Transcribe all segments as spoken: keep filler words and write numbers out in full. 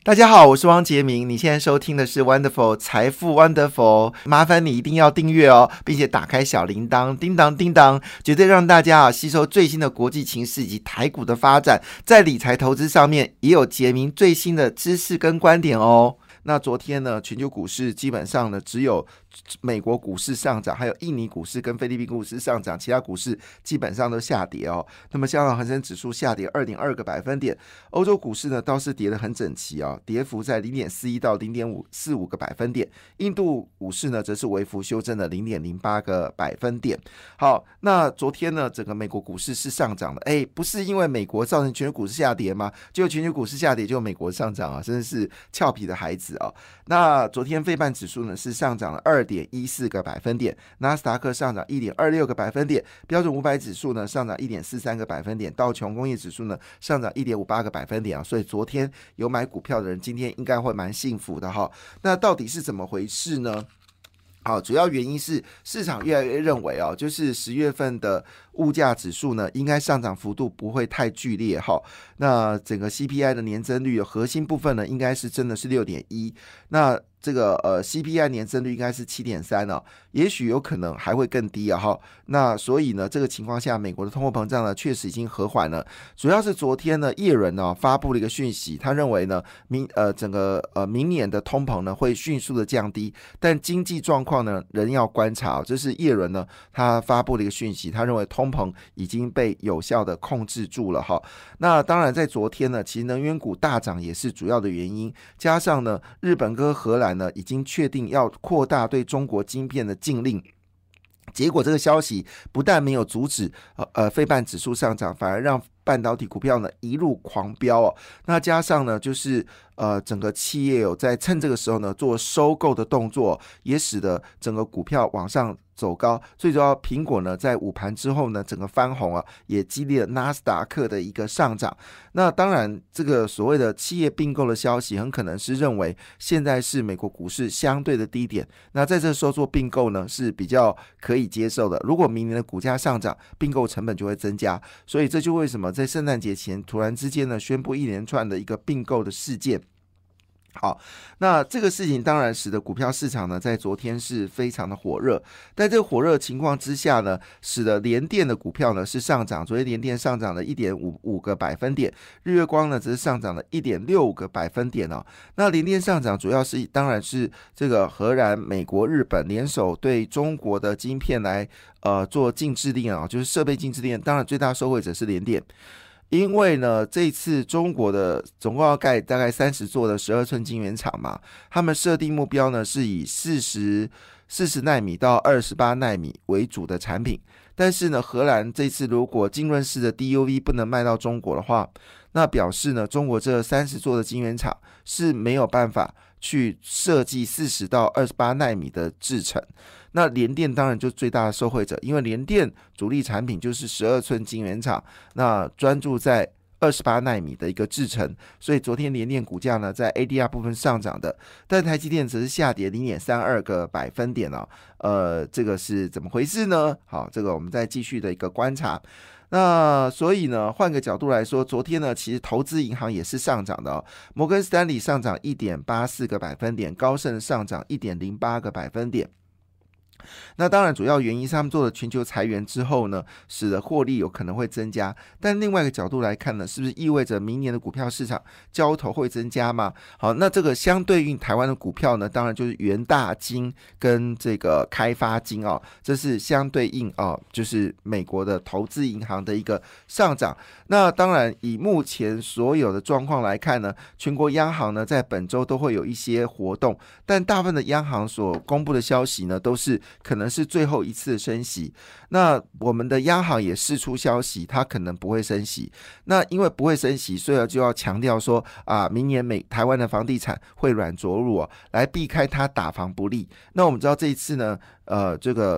大家好，我是汪杰明，你现在收听的是 Wonderful 财富 Wonderful， 麻烦你一定要订阅哦，并且打开小铃铛，叮当叮当，绝对让大家啊吸收最新的国际情势以及台股的发展，在理财投资上面也有杰明最新的知识跟观点哦。那昨天呢，全球股市基本上呢，只有美国股市上涨，还有印尼股市跟菲律宾股市上涨，其他股市基本上都下跌哦。那么香港恒生指数下跌 二点二 个百分点，欧洲股市呢倒是跌得很整齐哦，跌幅在 零点四一 到 零点四五 个百分点。印度股市呢则是微幅修正了 零点零八 个百分点。好，那昨天呢，整个美国股市是上涨的，哎，不是因为美国造成全球股市下跌吗？结果全球股市下跌，就美国上涨啊，真的是俏皮的孩子啊。那昨天费半指数呢是上涨了 二点一四 个百分点，纳斯达克上涨 一点二六 个百分点，标准五百指数呢上涨 一点四三 个百分点，道琼工业指数呢上涨 一点五八 个百分点啊。所以昨天有买股票的人今天应该会蛮幸福的哈。那到底是怎么回事呢？好，主要原因是市场越来越认为哦，就是十月份的物价指数呢，应该上涨幅度不会太剧烈哈。那整个 C P I 的年增率核心部分呢，应该是真的是 六点一。那这个呃 C P I 年增率应该是 七点三 哦，也许有可能还会更低啊哈。那所以呢，这个情况下，美国的通货膨胀呢确实已经和缓了。主要是昨天呢，耶伦呢发布了一个讯息，他认为呢明呃整个呃明年的通膨呢会迅速的降低，但经济状况呢仍要观察。这是耶伦呢他发布了一个讯息，他认为通膨已经被有效的控制住了哈。那当然在昨天呢，其实能源股大涨也是主要的原因，加上呢日本跟荷兰呢已经确定要扩大对中国晶片的禁令。结果这个消息不但没有阻止呃呃费半指数上涨，反而让半导体股票呢一路狂飙哦。那加上呢就是呃整个企业有在趁这个时候呢做收购的动作，也使得整个股票往上走高。最主要苹果呢在午盘之后呢整个翻红啊，也激励了纳斯达克的一个上涨。那当然这个所谓的企业并购的消息很可能是认为现在是美国股市相对的低点，那在这时候做并购呢是比较可以接受的。如果明年的股价上涨，并购成本就会增加，所以这就为什么在圣诞节前突然之间呢宣布一连串的一个并购的事件。好，那这个事情当然使得股票市场呢在昨天是非常的火热，在这个火热情况之下呢，使得联电的股票呢是上涨，昨天联电上涨了 一点五五 个百分点，日月光呢只是上涨了 一点六五 个百分点哦。那联电上涨主要是当然是这个荷兰、美国、日本联手对中国的晶片来呃做禁制令啊，就是设备禁制令，当然最大受惠者是联电。因为呢，这次中国的总共要盖大概三十座的十二寸晶圆厂嘛，他们设定目标呢是以四十四十奈米到二十八奈米为主的产品。但是呢，荷兰这次如果浸润式的 D U V 不能卖到中国的话，那表示呢，中国这三十座的晶圆厂是没有办法去设计四十到二十八奈米的制程。那联电当然就是最大的受惠者，因为联电主力产品就是十二寸晶圆厂，那专注在二十八奈米的一个制程，所以昨天联电股价呢在 A D R 部分上涨的，但台积电则是下跌 零点三二 个百分点哦。呃，这个是怎么回事呢？好，这个我们再继续的一个观察。那所以呢，换个角度来说，昨天呢，其实投资银行也是上涨的哦。摩根斯丹利上涨 一点八四 个百分点，高盛上涨 一点零八 个百分点。那当然主要原因是他们做了全球裁员之后呢，使得获利有可能会增加，但另外一个角度来看呢，是不是意味着明年的股票市场交投会增加吗？好，那这个相对应台湾的股票呢，当然就是元大金跟这个开发金哦，这是相对应哦，就是美国的投资银行的一个上涨。那当然以目前所有的状况来看呢，全国央行呢在本周都会有一些活动，但大部分的央行所公布的消息呢都是可能是最后一次升息。那我们的央行也释出消息，它可能不会升息。那因为不会升息，所以就要强调说啊，明年美台湾的房地产会软着陆哦，来避开它打房不利。那我们知道这一次呢，呃，这个。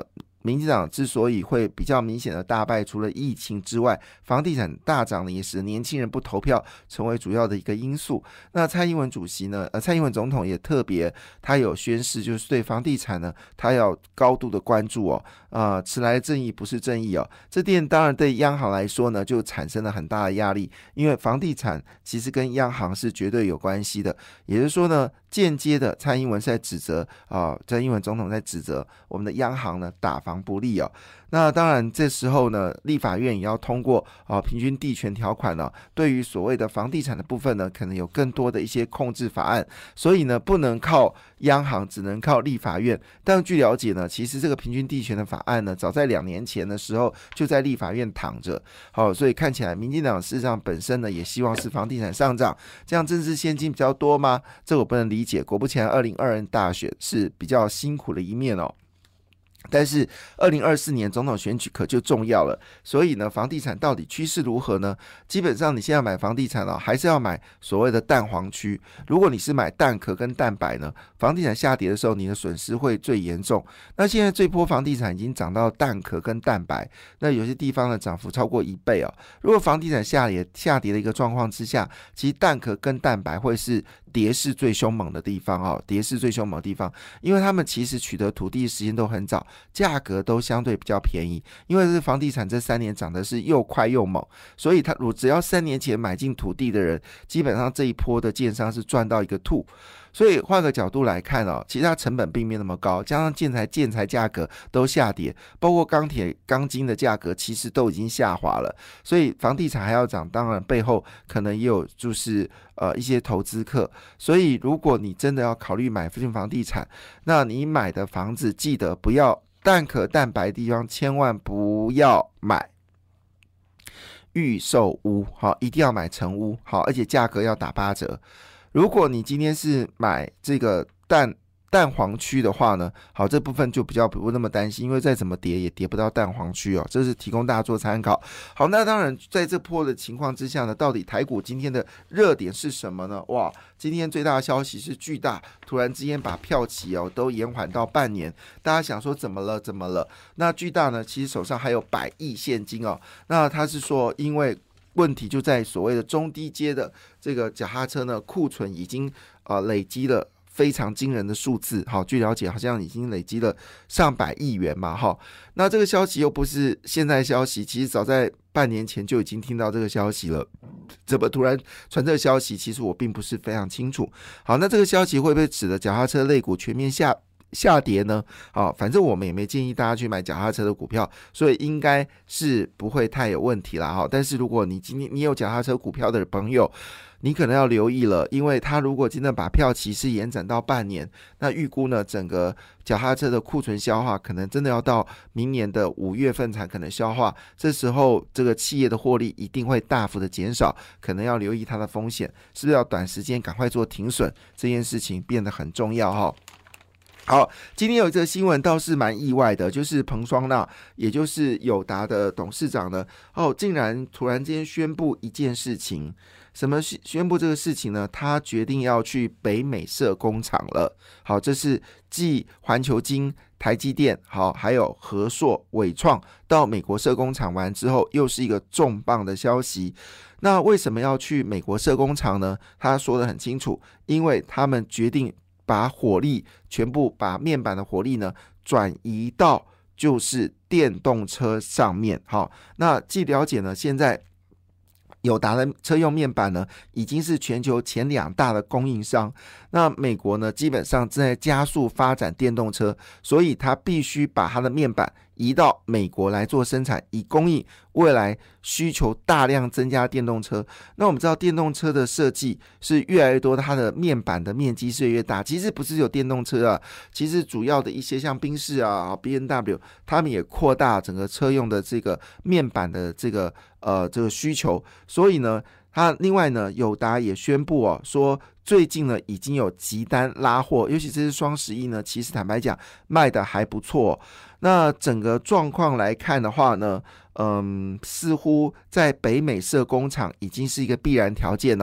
民进党之所以会比较明显的大败，除了疫情之外，房地产大涨呢，也使年轻人不投票成为主要的一个因素。那蔡英文主席呢，呃，蔡英文总统也特别，他有宣示，就是对房地产呢，他要高度的关注哦。呃，迟来的正义不是正义哦。这点当然对央行来说呢，就产生了很大的压力，因为房地产其实跟央行是绝对有关系的。也就是说呢，间接的蔡英文是在指责啊、呃，蔡英文总统在指责我们的央行呢打房不利哦。那当然，这时候呢，立法院也要通过啊、呃、平均地权条款呢、哦，对于所谓的房地产的部分呢，可能有更多的一些控制法案，所以呢，不能靠央行，只能靠立法院。但据了解呢，其实这个平均地权的法案呢，早在两年前的时候就在立法院躺着。好、哦，所以看起来民进党事实上本身呢，也希望是房地产上涨，这样政治现金比较多吗？这我不能理解。果不其然，二零二二年大选是比较辛苦的一面哦。但是二零二四年总统选举可就重要了，所以呢，房地产到底趋势如何呢？基本上你现在买房地产哦，还是要买所谓的蛋黄区。如果你是买蛋壳跟蛋白呢，房地产下跌的时候，你的损失会最严重。那现在这波房地产已经涨到蛋壳跟蛋白，那有些地方呢涨幅超过一倍哦。如果房地产下跌下跌的一个状况之下，其实蛋壳跟蛋白会是跌势最凶猛的地方哦，跌势最凶猛的地方，因为他们其实取得土地的时间都很早，价格都相对比较便宜，因为是房地产这三年涨的是又快又猛，所以他如只要三年前买进土地的人，基本上这一波的建商是赚到一个吐。所以换个角度来看哦，其实它成本并没那么高，加上建材建材价格都下跌，包括钢铁钢筋的价格其实都已经下滑了，所以房地产还要涨，当然背后可能也有就是呃一些投资客。所以如果你真的要考虑买进房地产，那你买的房子记得不要蛋壳蛋白的地方，千万不要买预售屋，好，一定要买成屋，好，而且价格要打八折。如果你今天是买这个蛋蛋黄区的话呢，好，这部分就比较不那么担心，因为再怎么跌也跌不到蛋黄区哦，这是提供大家做参考。好，那当然在这波的情况之下呢，到底台股今天的热点是什么呢？哇，今天最大的消息是巨大突然之间把票期哦都延缓到半年，大家想说怎么了怎么了？那巨大呢，其实手上还有百亿现金哦，那他是说因为问题就在所谓的中低阶的这个脚踏车呢，库存已经呃累积了非常惊人的数字，好，据了解好像已经累积了上百亿元嘛，哈。那这个消息又不是现在消息，其实早在半年前就已经听到这个消息了，怎么突然传这个消息？其实我并不是非常清楚。好，那这个消息会不会使得脚踏车类股全面下下跌呢？好，反正我们也没建议大家去买脚踏车的股票，所以应该是不会太有问题啦。哈，但是如果你今天你有脚踏车股票的朋友，你可能要留意了，因为他如果真的把票期是延展到半年，那预估呢整个脚踏车的库存消化可能真的要到明年的五月份才可能消化，这时候这个企业的获利一定会大幅的减少，可能要留意它的风险，是不是要短时间赶快做停损，这件事情变得很重要哈。好，今天有一则新闻倒是蛮意外的，就是彭双纳，也就是友达的董事长呢，哦，竟然突然间宣布一件事情。什么宣布这个事情呢？他决定要去北美设工厂了。好，这是继环球晶、台积电，好，还有和硕、伟创到美国设工厂完之后，又是一个重磅的消息。那为什么要去美国设工厂呢？他说得很清楚，因为他们决定把火力全部把面板的火力呢转移到就是电动车上面。好，那据了解呢，现在友达的车用面板呢，已经是全球前两大的供应商。那美国呢，基本上正在加速发展电动车，所以它必须把它的面板移到美国来做生产，以供应未来需求大量增加电动车。那我们知道电动车的设计是越来越多，它的面板的面积是越来越大。其实不是有电动车啊，其实主要的一些像宾士啊、B M W， 他们也扩大整个车用的这个面板的这个呃这个需求。所以呢，它另外呢，友达也宣布哦，说最近呢已经有急单拉货，尤其这是双十一呢，其实坦白讲卖的还不错哦。那整个状况来看的话呢，嗯，似乎在北美设工厂已经是一个必然条件了。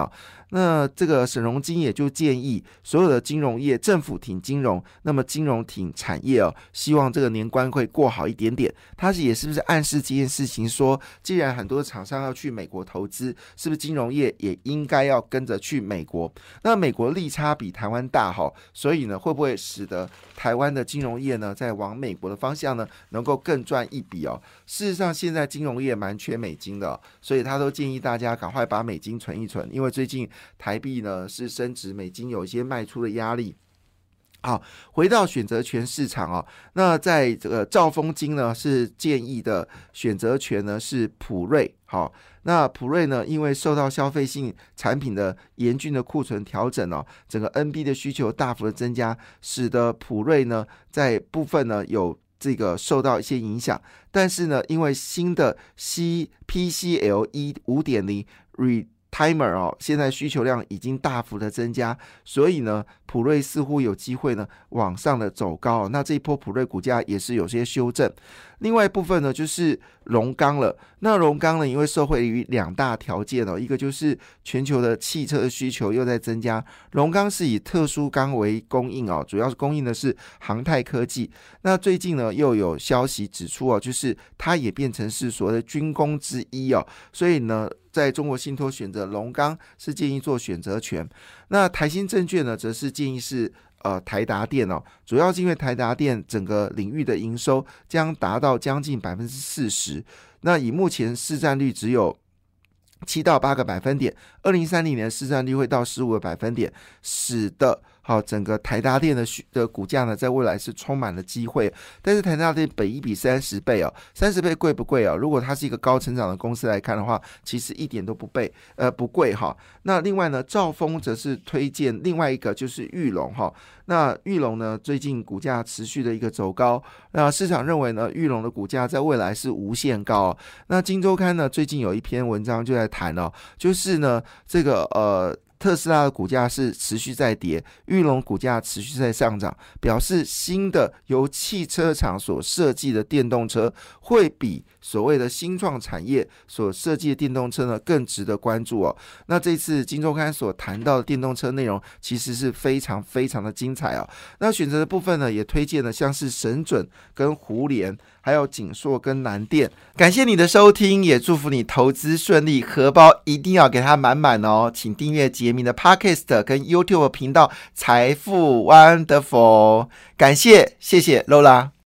那这个沈荣津也就建议所有的金融业，政府挺金融，那么金融挺产业哦，希望这个年关会过好一点点。他是也是不是暗示这件事情说，既然很多厂商要去美国投资，是不是金融业也应该要跟着去美国？那美国利差比台湾大哈，所以呢，会不会使得台湾的金融业呢，在往美国的方向呢，能够更赚一笔哦？事实上，现在金融业蛮缺美金的哦，所以他都建议大家赶快把美金存一存，因为最近台币呢是升值，美金有一些卖出的压力。好，回到选择权市场哦，那在这个兆丰金呢是建议的选择权呢是普瑞。好，那普瑞呢，因为受到消费性产品的严峻的库存调整哦，整个 N B 的需求大幅的增加，使得普瑞呢在部分呢有这个受到一些影响，但是呢，因为新的 C P C L E 五点零 Retimer 哦，现在需求量已经大幅的增加，所以呢，普瑞似乎有机会呢往上的走高哦。那这一波普瑞股价也是有些修正。另外一部分呢，就是龙钢了。那龙钢呢，因为受惠于两大条件哦，一个就是全球的汽车需求又在增加，龙钢是以特殊钢为供应哦，主要是供应的是航太科技。那最近呢，又有消息指出哦，就是它也变成是所谓的军工之一哦，所以呢，在中国信托选择龙钢是建议做选择权。那台新证券呢，则是建议是呃，台达电哦，主要是因为台达电整个领域的营收将达到将近百分之四十，那以目前市占率只有七到八个百分点，二零三零年市占率会到十五个百分点，使得好整个台达电的的股价呢，在未来是充满了机会。但是台达电本益比三十倍哦，三十倍贵不贵哦？如果它是一个高成长的公司来看的话，其实一点都不贵，呃不贵哈。那另外呢，兆丰则是推荐另外一个就是裕隆哈。那裕隆呢，最近股价持续的一个走高，那市场认为呢，裕隆的股价在未来是无限高哦。那今周刊呢，最近有一篇文章就在谈哦，就是呢这个呃。特斯拉的股价是持续在跌，裕隆股价持续在上涨，表示新的由汽车厂所设计的电动车会比所谓的新创产业所设计的电动车呢更值得关注哦。那这次今周刊所谈到的电动车内容其实是非常非常的精彩哦。那选择的部分呢，也推荐了像是神准跟胡连，还有景硕跟南电。感谢你的收听，也祝福你投资顺利，荷包一定要给它满满哦。请订阅杰明的 Podcast 跟 YouTube 频道财富 Wonderful。感谢，谢谢 Lola。